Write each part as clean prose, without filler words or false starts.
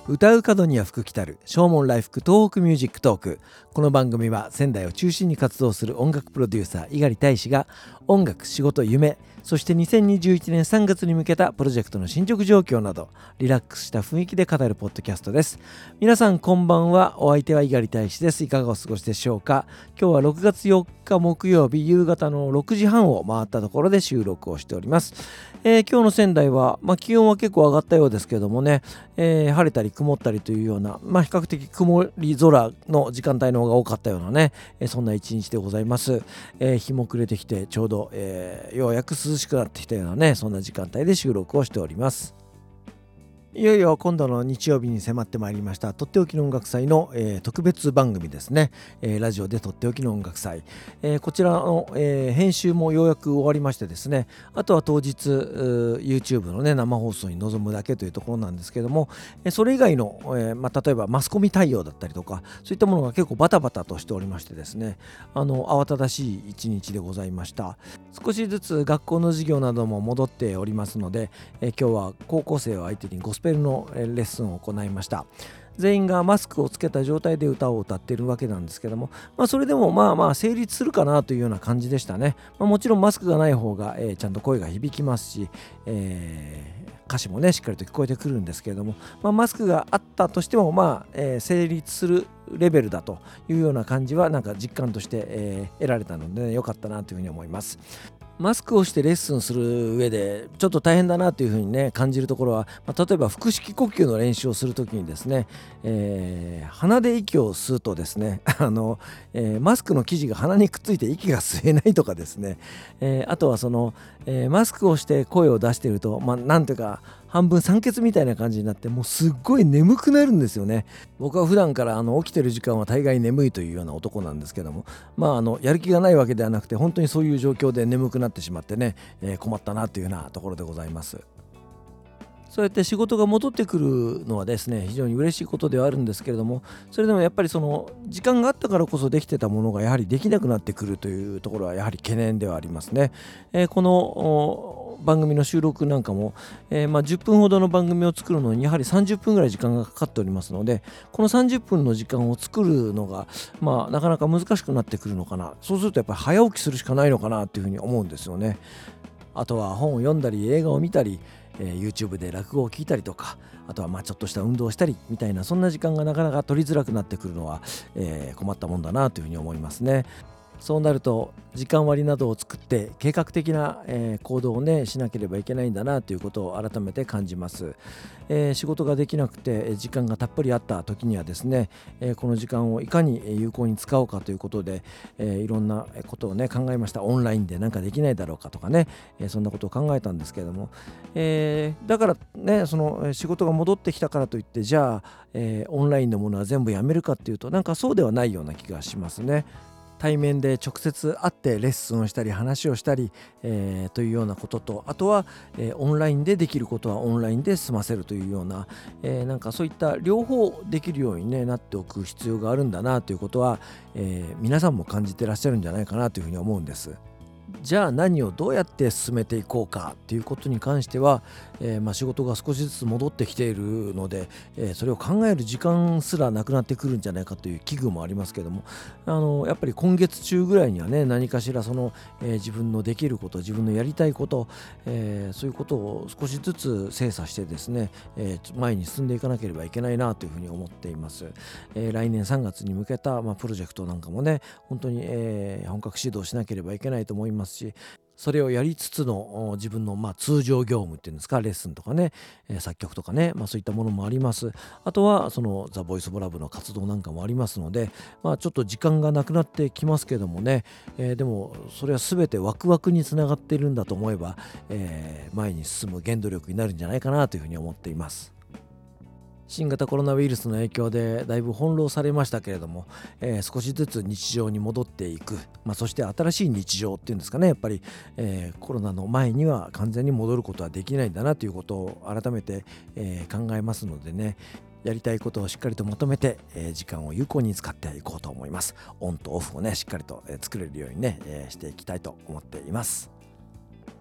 歌う角には福来たる正門来福東北ミュージックトーク。この番組は仙台を中心に活動する音楽プロデューサー猪狩大使が音楽、仕事、夢、そして2021年3月に向けたプロジェクトの進捗状況などリラックスした雰囲気で語るポッドキャストです。皆さんこんばんは。お相手は猪狩大使です。いかがお過ごしでしょうか。今日は6月4日木曜日夕方の6時半を回ったところで収録をしております。今日の仙台は、気温は結構上がったようですけどもね、晴れたり曇ったりというような、比較的曇り空の時間帯の方が多かったようなね、そんな一日でございます。日も暮れてきてちょうど、ようやく涼しくなってきたようなね、そんな時間帯で収録をしております。いよいよ今度の日曜日に迫ってまいりましたとっておきの音楽祭の、特別番組ですね、ラジオでとっておきの音楽祭、こちらの、編集もようやく終わりましてですね、あとは当日YouTube のね生放送に臨むだけというところなんですけども、それ以外の、例えばマスコミ対応だったりとかそういったものが結構バタバタとしておりましてですね、慌ただしい一日でございました。少しずつ学校の授業なども戻っておりますので、今日は高校生を相手にゴスペルのレッスンを行いました。全員がマスクをつけた状態で歌を歌っているわけなんですけども、それでも成立するかなというような感じでしたね。もちろんマスクがない方が、ちゃんと声が響きますし、歌詞もねしっかりと聞こえてくるんですけれども、マスクがあったとしても成立するレベルだというような感じはなんか実感として、得られたので、良かったなというふうに思います。マスクをしてレッスンする上でちょっと大変だなというふうにね感じるところは、例えば腹式呼吸の練習をするときにですね、鼻で息を吸うとですねマスクの生地が鼻にくっついて息が吸えないとかですね、あとはマスクをして声を出していると、なんていうか半分酸欠みたいな感じになってもうすっごい眠くなるんですよね。僕は普段から起きてる時間は大概眠いというような男なんですけども、やる気がないわけではなくて本当にそういう状況で眠くなってしまってね、困ったなというようなところでございます。そうやって仕事が戻ってくるのはですね非常に嬉しいことではあるんですけれども、それでもやっぱりその時間があったからこそできてたものがやはりできなくなってくるというところはやはり懸念ではありますね。この番組の収録なんかも、10分ほどの番組を作るのにやはり30分ぐらい時間がかかっておりますので、この30分の時間を作るのがなかなか難しくなってくるのかな。そうするとやっぱり早起きするしかないのかなというふうに思うんですよね。あとは本を読んだり映画を見たり、YouTube で落語を聞いたりとか、あとはちょっとした運動をしたりみたいな、そんな時間がなかなか取りづらくなってくるのは、困ったもんだなというふうに思いますね。そうなると時間割などを作って計画的な、行動をねしなければいけないんだなということを改めて感じます。仕事ができなくて時間がたっぷりあった時にはですね、この時間をいかに有効に使おうかということで、いろんなことをね考えました。オンラインでなんかできないだろうかとかね、そんなことを考えたんですけれども、だからねその仕事が戻ってきたからといってじゃあ、オンラインのものは全部やめるかっていうとなんかそうではないような気がしますね。対面で直接会ってレッスンをしたり話をしたり、というようなことと、あとは、オンラインでできることはオンラインで済ませるというような、なんかそういった両方できるように、なっておく必要があるんだなということは、皆さんも感じてらっしゃるんじゃないかなというふうに思うんです。じゃあ何をどうやって進めていこうかということに関しては、仕事が少しずつ戻ってきているので、それを考える時間すらなくなってくるんじゃないかという危惧もありますけども、やっぱり今月中ぐらいにはね何かしら自分のできること自分のやりたいこと、そういうことを少しずつ精査してですね、前に進んでいかなければいけないなというふうに思っています。来年3月に向けた、プロジェクトなんかもね本当に、本格始動しなければいけないと思いますし、それをやりつつの自分の通常業務っていうんですか、レッスンとかね、作曲とかね、そういったものもあります。あとはそのザ・ボイス・オブ・ラブの活動なんかもありますので、ちょっと時間がなくなってきますけどもね、でもそれは全てワクワクにつながっているんだと思えば、前に進む原動力になるんじゃないかなというふうに思っています。新型コロナウイルスの影響でだいぶ翻弄されましたけれども、少しずつ日常に戻っていく、そして新しい日常っていうんですかね、やっぱり、コロナの前には完全に戻ることはできないんだなということを改めて、考えますのでね、やりたいことをしっかりとまとめて、時間を有効に使っていこうと思います。オンとオフをねしっかりと、作れるようにね、していきたいと思っています。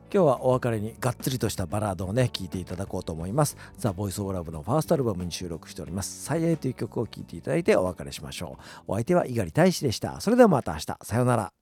今日はお別れにがっつりとしたバラードをね聴いていただこうと思います。ザ・ボイスオブラブのファーストアルバムに収録しております最愛という曲を聴いていただいてお別れしましょう。お相手は猪狩大使でした。それではまた明日、さようなら。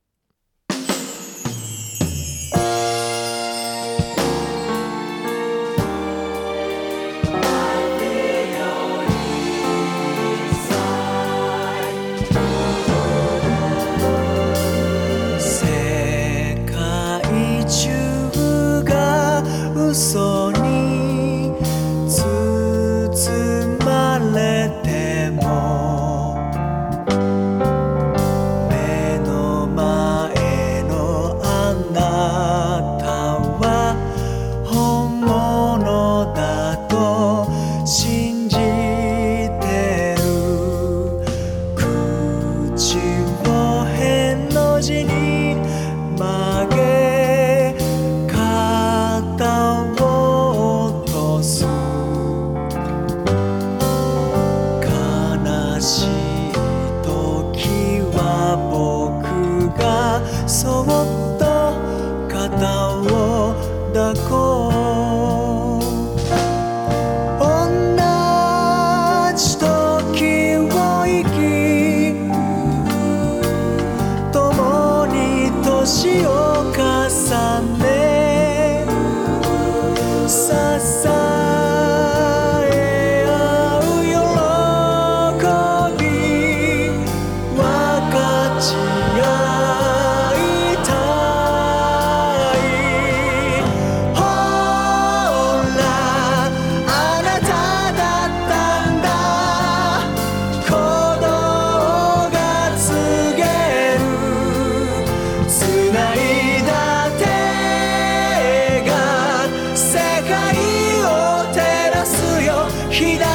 嘘に包まれても目の前のあなたは本物だと信じてる。口をへの字に曲げ肩を落とす。悲しい時は僕がそっと肩を抱こう。同じ時を生き共に年を重ね支え合う喜び分かち合いたい。ほらあなただったんだ鼓動が告げる。繋いだ手が世界を照らすよ。左